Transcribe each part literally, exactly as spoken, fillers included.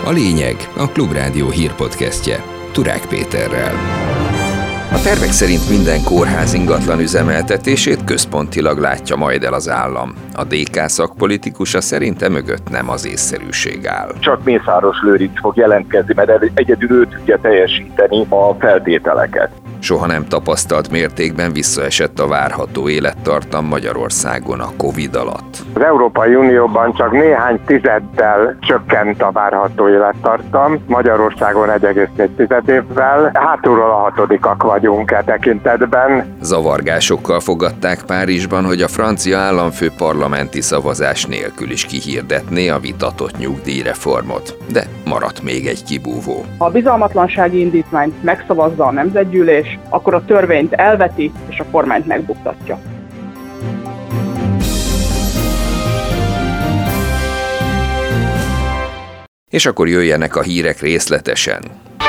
A lényeg a Klubrádió hírpodcastje Turák Péterrel. A tervek szerint minden kórház ingatlan üzemeltetését központilag látja majd el az állam. A dé ká szakpolitikusa szerint e mögött nem az észszerűség áll. Csak Mészáros Lőrinc fog jelentkezni, mert egyedül ő tudja teljesíteni a feltételeket. Soha nem tapasztalt mértékben visszaesett a várható élettartam Magyarországon a Covid alatt. Az Európai Unióban csak néhány tizeddel csökkent a várható élettartam, Magyarországon egy egész négy tized évvel. Hátulról a hatodikak vagyunk e tekintetben. Zavargásokkal fogadták Párizsban, hogy a francia államfő parlamenti szavazás nélkül is kihirdetné a vitatott nyugdíjreformot. De maradt még egy kibúvó. Ha a bizalmatlansági indítványt megszavazza a nemzetgyűlés, akkor a törvényt elveti és a kormányt megbuktatja. És akkor jöjjenek a hírek részletesen.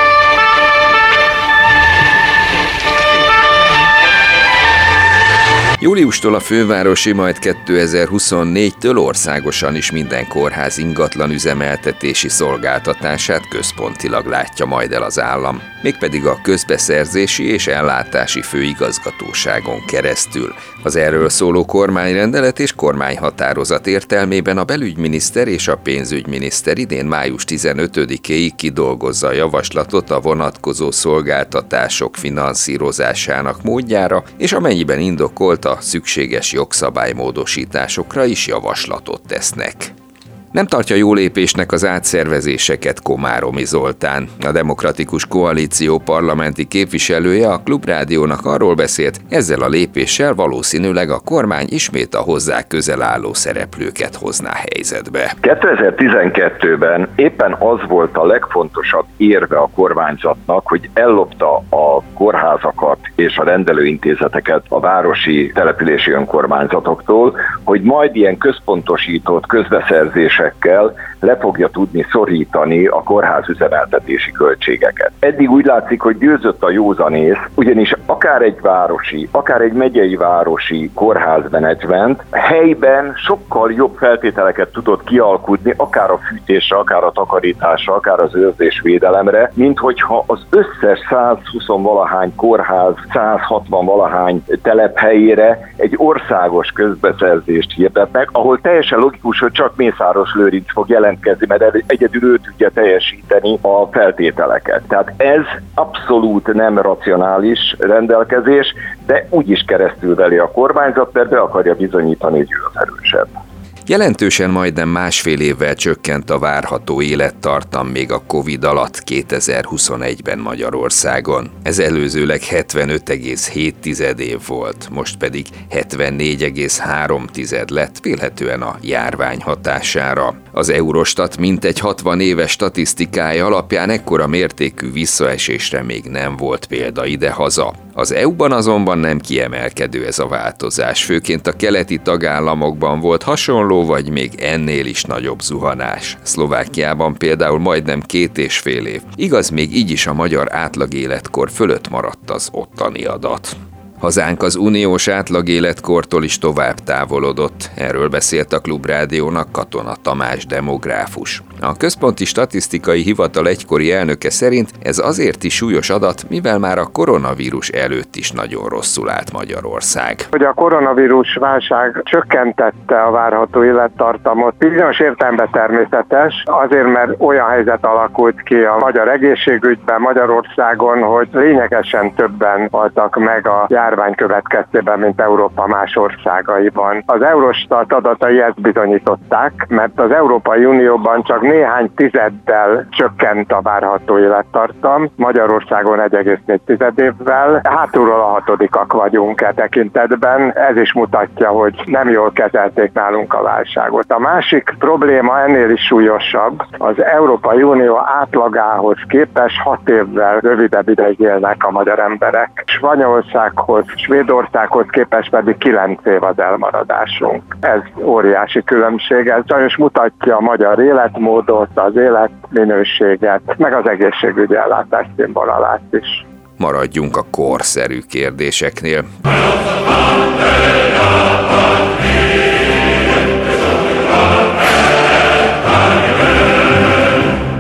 Júliustól a fővárosi, majd kétezer-huszonnégytől országosan is minden kórház ingatlan üzemeltetési szolgáltatását központilag látja majd el az állam, mégpedig a közbeszerzési és ellátási főigazgatóságon keresztül. Az erről szóló kormányrendelet és kormányhatározat értelmében a belügyminiszter és a pénzügyminiszter idén május tizenötödikéig kidolgozza a javaslatot a vonatkozó szolgáltatások finanszírozásának módjára, és amennyiben indokolt, a szükséges jogszabálymódosításokra is javaslatot tesznek. Nem tartja jó lépésnek az átszervezéseket Komáromi Zoltán. A Demokratikus Koalíció parlamenti képviselője a Klubrádiónak arról beszélt, ezzel a lépéssel valószínűleg a kormány ismét a hozzá közel álló szereplőket hozná helyzetbe. kétezer-tizenkettőben éppen az volt a legfontosabb érve a kormányzatnak, hogy ellopta a kórházakat és a rendelőintézeteket a városi települési önkormányzatoktól, hogy majd ilyen központosított közbeszerzés le fogja tudni szorítani a kórház üzemeltetési költségeket. Eddig úgy látszik, hogy győzött a józanész, ugyanis akár egy városi, akár egy megyei városi kórházmenedzsment helyben sokkal jobb feltételeket tudott kialkudni, akár a fűtésre, akár a takarításra, akár az őrzésvédelemre, mint hogyha az összes százhúsz-valahány kórház, százhatvan-valahány telephelyére egy országos közbeszerzést hirdetnek, ahol teljesen logikus, hogy csak Mészáros Lőrinc fog jelentkezni, mert egyedül ő tudja teljesíteni a feltételeket. Tehát ez abszolút nem racionális rendelkezés, de úgyis keresztül veli a kormányzat, mert be akarja bizonyítani, hogy ő az erősebb. Jelentősen majdnem másfél évvel csökkent a várható élettartam még a Covid alatt kétezer-huszonegyben Magyarországon. Ez előzőleg hetvenöt egész hét tized év volt, most pedig hetvennégy egész három tized lett, vélhetően a járvány hatására. Az Eurostat mintegy hatvan éves statisztikája alapján ekkora mértékű visszaesésre még nem volt példa idehaza. Az é u-ban azonban nem kiemelkedő ez a változás, főként a keleti tagállamokban volt hasonló, vagy még ennél is nagyobb zuhanás. Szlovákiában például majdnem két és fél év. Igaz, még így is a magyar átlagéletkor fölött maradt az ottani adat. Hazánk az uniós átlagéletkortól is tovább távolodott, erről beszélt a Klubrádiónak Katona Tamás demográfus. A Központi Statisztikai Hivatal egykori elnöke szerint ez azért is súlyos adat, mivel már a koronavírus előtt is nagyon rosszul állt Magyarország. Hogy a koronavírus válság csökkentette a várható élettartamot, bizonyos értelemben természetes, azért mert olyan helyzet alakult ki a magyar egészségügyben Magyarországon, hogy lényegesen többen haltak meg a járvány következtében, mint Európa más országaiban. Az Eurostat adatai ezt bizonyították, mert az Európai Unióban csak néhány tizeddel csökkent a várható élettartam, Magyarországon egy egész négy tized évvel. Hátulról a hatodikak vagyunk e tekintetben, ez is mutatja, hogy nem jól kezelték nálunk a válságot. A másik probléma ennél is súlyosabb, az Európai Unió átlagához képest hat évvel rövidebb ideig élnek a magyar emberek. Spanyolországhoz, Svédországhoz képest pedig kilenc év az elmaradásunk. Ez óriási különbség, ez sajnos mutatja a magyar életmódot, az életminőséget, meg az egészségügyi ellátás színvonalát is. Maradjunk a korszerű kérdéseknél. Több mint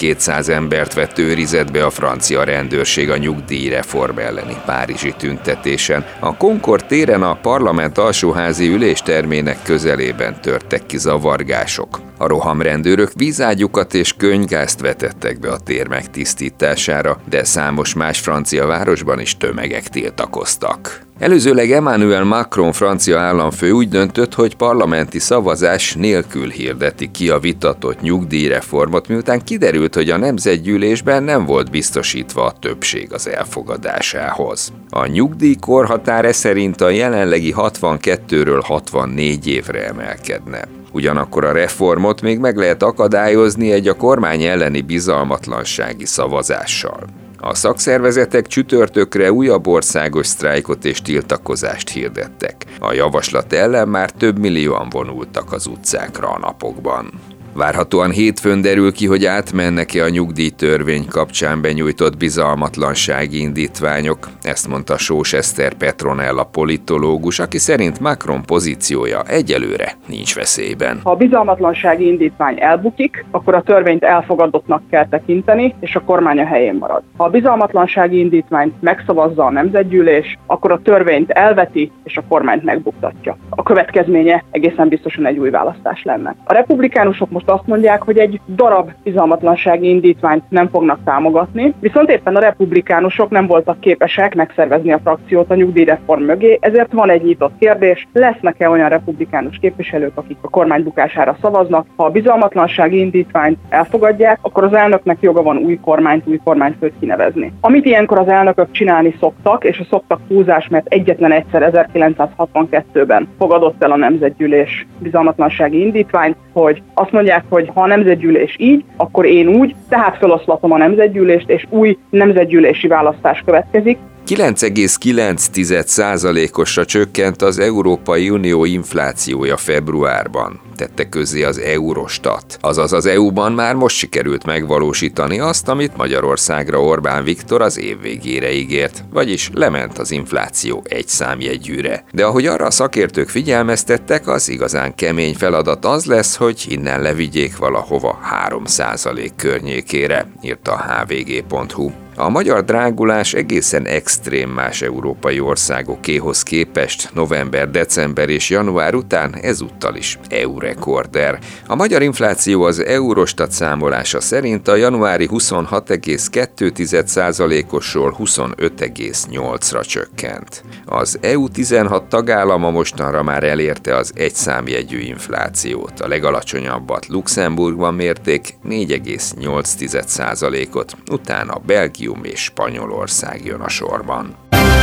ezerkétszáz embert vett őrizetbe a francia rendőrség a nyugdíjreform elleni párizsi tüntetésen. A Concorde téren a parlament alsóházi üléstermének közelében törtek ki zavargások. A rohamrendőrök vízágyukat és könnygázt vetettek be a tér megtisztítására, de számos más francia városban is tömegek tiltakoztak. Előzőleg Emmanuel Macron francia államfő úgy döntött, hogy parlamenti szavazás nélkül hirdeti ki a vitatott nyugdíjreformot, miután kiderült, hogy a nemzetgyűlésben nem volt biztosítva a többség az elfogadásához. A nyugdíjkorhatár szerint a jelenlegi hatvankettőről hatvannégy évre emelkedne. Ugyanakkor a reformot még meg lehet akadályozni egy a kormány elleni bizalmatlansági szavazással. A szakszervezetek csütörtökre újabb országos sztrájkot és tiltakozást hirdettek. A javaslat ellen már több millióan vonultak az utcákra a napokban. Várhatóan hétfőn derül ki, hogy átmennek-e a nyugdíjtörvény kapcsán benyújtott bizalmatlansági indítványok, ezt mondta Sós Eszter Petronella politológus, aki szerint Macron pozíciója egyelőre nincs veszélyben. Ha a bizalmatlansági indítvány elbukik, akkor a törvényt elfogadottnak kell tekinteni, és a kormány a helyén marad. Ha a bizalmatlansági indítványt megszavazza a nemzetgyűlés, akkor a törvényt elveti, és a kormányt megbuktatja. A következménye egészen biztosan egy új választás lenne. A republikánusok most azt mondják, hogy egy darab bizalmatlansági indítványt nem fognak támogatni, viszont éppen a republikánusok nem voltak képesek megszervezni a frakciót a nyugdíjreform mögé, ezért van egy nyitott kérdés, lesznek-e olyan republikánus képviselők, akik a kormány bukására szavaznak. Ha a bizalmatlansági indítványt elfogadják, akkor az elnöknek joga van új kormányt, új kormányfőt kinevezni. Amit ilyenkor az elnökök csinálni szoktak, és a szoktak túlzás, mert egyetlen egyszer ezerkilencszázhatvankettőben fogadott el a nemzetgyűlés bizalmatlansági indítványt, hogy azt mondják, hogy ha a nemzetgyűlés így, akkor én úgy, tehát feloszlatom a nemzetgyűlést, és új nemzetgyűlési választás következik. kilenc egész kilenc százalékosra csökkent az Európai Unió inflációja februárban, tette közzé az Eurostat. Azaz az é u-ban már most sikerült megvalósítani azt, amit Magyarországra Orbán Viktor az év végére ígért, vagyis lement az infláció egy számjegyűre. De ahogy arra a szakértők figyelmeztettek, az igazán kemény feladat az lesz, hogy innen levigyék valahova három százalék környékére, írta a há vé gé pont hú. A magyar drágulás egészen extrém más európai országokéhoz képest november, december és január után ezúttal is é u-rekorder. A magyar infláció az Eurostat számolása szerint a januári huszonhat egész kettő százalékosról huszonöt egész nyolcra csökkent. Az é u tizenhat tagállama mostanra már elérte az egyszámjegyű inflációt. A legalacsonyabbat Luxemburgban mérték négy egész nyolc százalékot, utána Belgium és Spanyolország jön a sorban.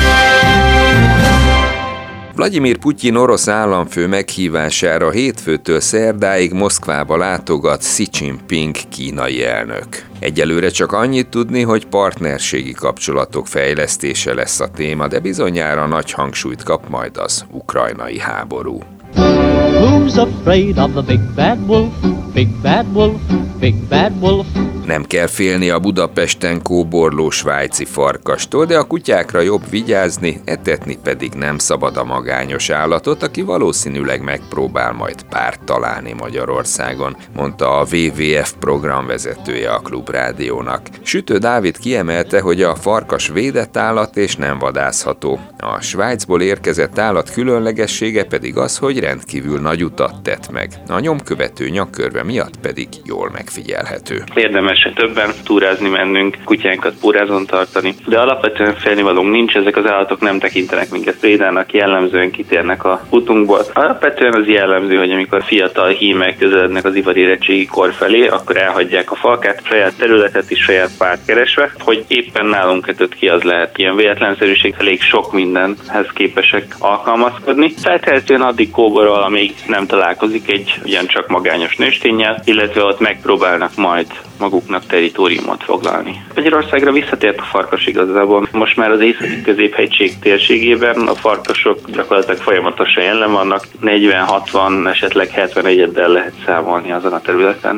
Vladimir Putyin orosz államfő meghívására hétfőtől szerdáig Moszkvába látogat Xi Jinping kínai elnök. Egyelőre csak annyit tudni, hogy partnerségi kapcsolatok fejlesztése lesz a téma, de bizonyára nagy hangsúlyt kap majd az ukrajnai háború. Who's afraid of the big bad wolf? Big bad wolf, big bad wolf. Nem kell félni a Budapesten kóborló svájci farkastól, de a kutyákra jobb vigyázni, etetni pedig nem szabad a magányos állatot, aki valószínűleg megpróbál majd párt találni Magyarországon, mondta a vé vé ef programvezetője a Klubrádiónak. Sütő Dávid kiemelte, hogy a farkas védett állat és nem vadászható. A Svájcból érkezett állat különlegessége pedig az, hogy rendkívül nagy utat tett meg. A nyomkövető nyakkörve miatt pedig jól megfigyelhető. Érdemes többen túrázni mennünk, kutyánkat pórázon tartani, de alapvetően félnivalónk nincs, ezek az állatok nem tekintenek minket prédának, jellemzően kitérnek a utunkból. Alapvetően az jellemző, hogy amikor fiatal hímek közelednek az ivarérettségi kor felé, akkor elhagyják a falkát, saját területet és saját párt keresve, hogy éppen nálunk kötött ki, az lehet ilyen véletlenszerűség, elég sok mindenhez képesek alkalmazkodni. Feltehetően addig kóborol, amíg nem találkozik egy ugyancsak magányos nősténnyel, illetve ott megpróbálnak majd maguknak territóriumot foglalni. Magyarországra visszatért a farkas igazából. Most már az északi középhegység térségében a farkasok gyakorlatilag folyamatosan jelen vannak, negyven, hatvan, esetleg hetven egyeddel lehet számolni azon a területen.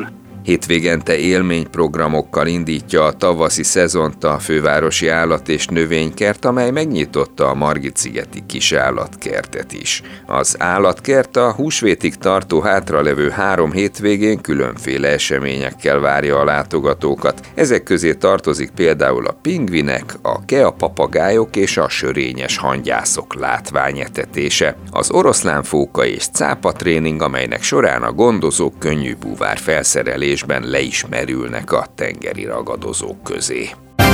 Hétvégente élményprogramokkal indítja a tavaszi szezont a fővárosi állat- és növénykert, amely megnyitotta a Margitszigeti kis állatkertet is. Az állatkert a húsvétig tartó hátralevő három hétvégén különféle eseményekkel várja a látogatókat. Ezek közé tartozik például a pingvinek, a kea papagájok és a sörényes hangyászok látványetetése, az oroszlánfóka és cápa tréning, amelynek során a gondozók könnyű búvár felszerelésben le is merülnek a tengeri ragadozók közé.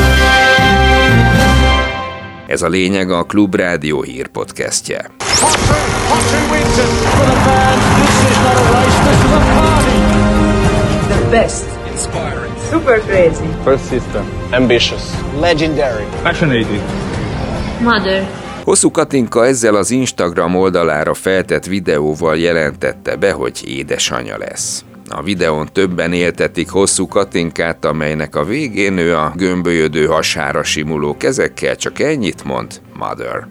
Ez a lényeg a Klubrádió hírpodcastje. The best. Inspiring. Super crazy. Persistent. Ambitious. Legendary. Passionate. Mother. Hosszú Katinka ezzel az Instagram oldalára feltett videóval jelentette be, hogy édesanyja lesz. A videón többen éltetik Hosszú Katinkát, amelynek a végén ő a gömbölyödő hasára simuló kezekkel csak ennyit mond: Mother.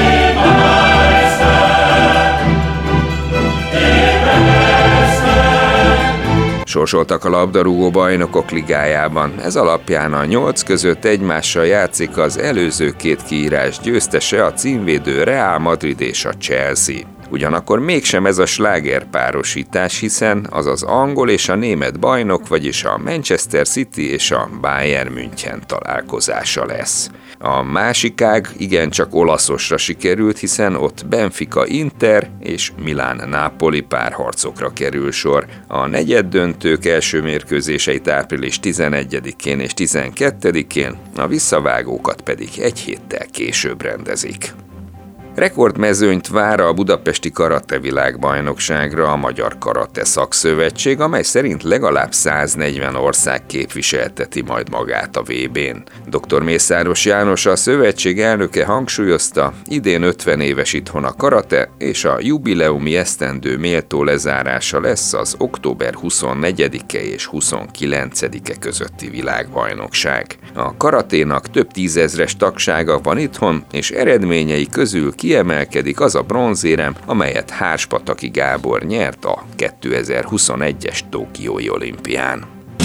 Sorsoltak a labdarúgó bajnokok ligájában. Ez alapján a nyolc között egymással játszik az előző két kiírás győztese, a címvédő Real Madrid és a Chelsea. Ugyanakkor mégsem ez a slágerpárosítás, hiszen az az angol és a német bajnok, vagyis a Manchester City és a Bayern München találkozása lesz. A másik ág igencsak olaszosra sikerült, hiszen ott Benfica Inter és Milán Napoli párharcokra kerül sor. A negyeddöntők első mérkőzéseit április tizenegyedikén és tizenkettedikén, a visszavágókat pedig egy héttel később rendezik. Rekordmezőnyt vár a budapesti karate világbajnokságra a Magyar Karate Szakszövetség, amely szerint legalább száznegyven ország képviselteti majd magát a vé bén. doktor Mészáros János, a szövetség elnöke hangsúlyozta, idén ötven éves itthon a karate, és a jubileumi esztendő méltó lezárása lesz az október huszonnegyedike és huszonkilencedike közötti világbajnokság. A karaténak több tízezres tagsága van itthon, és eredményei közül kiemelkedik az a bronzérem, amelyet Hárspataki Gábor nyert a kétezer-huszonegyes Tokiói olimpián.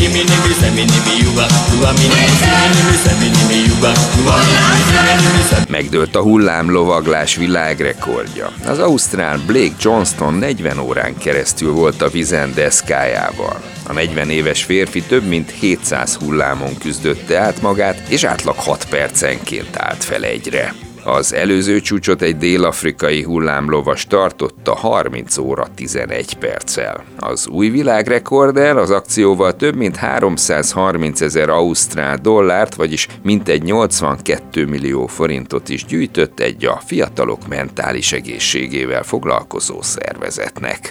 Megdőlt a hullámlovaglás világrekordja. Az ausztrál Blake Johnston negyven órán keresztül volt a vizen deszkájával. A negyven éves férfi több mint hétszáz hullámon küzdötte át magát, és átlag hat percenként állt fel egyre. Az előző csúcsot egy dél-afrikai hullámlovas tartotta harminc óra tizenegy perccel. Az új világrekorddel az akcióval több mint háromszázharminc ezer ausztrál dollárt, vagyis mintegy nyolcvankettő millió forintot is gyűjtött egy a fiatalok mentális egészségével foglalkozó szervezetnek.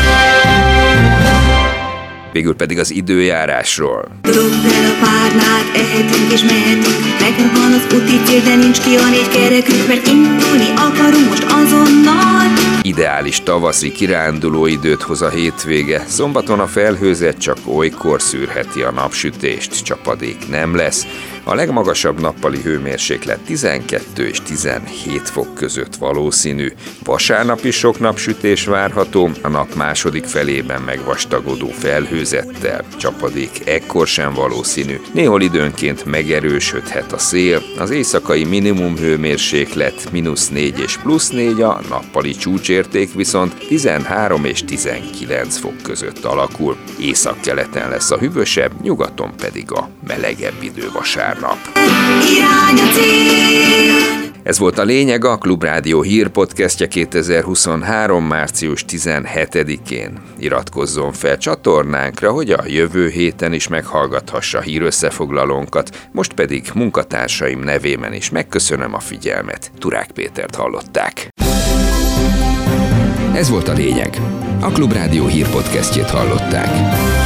Végül pedig az időjárásról. Dobd el a párnát, ehetünk és mehetünk, megvan az úti cél, de nincs ki a négy kerekünk, mert indulni akarunk most azonnal. Ideális tavaszi kiránduló időt hoz a hétvége. Szombaton a felhőzet csak olykor szűrheti a napsütést, csapadék nem lesz. A legmagasabb nappali hőmérséklet tizenkettő és tizenhét fok között valószínű. Vasárnap is sok napsütés várható, a nap második felében megvastagodó felhőzettel. Csapadék ekkor sem valószínű. Néhol időnként megerősödhet a szél, az éjszakai minimum hőmérséklet mínusz négy és plusz négy, a nappali csúcsérték viszont tizenhárom és tizenkilenc fok között alakul. Északkeleten lesz a hűvösebb, nyugaton pedig a melegebb idő vasárnap. Ez volt a lényeg, a Klubrádió hírpodcastje kétezer-huszonhárom. március tizenhetedikén. Iratkozzon fel csatornánkra, hogy a jövő héten is meghallgathassa hírösszefoglalónkat, most pedig munkatársaim nevében is megköszönöm a figyelmet. Turák Pétert hallották. Ez volt a lényeg. A Klubrádió hírpodcastjét hallották.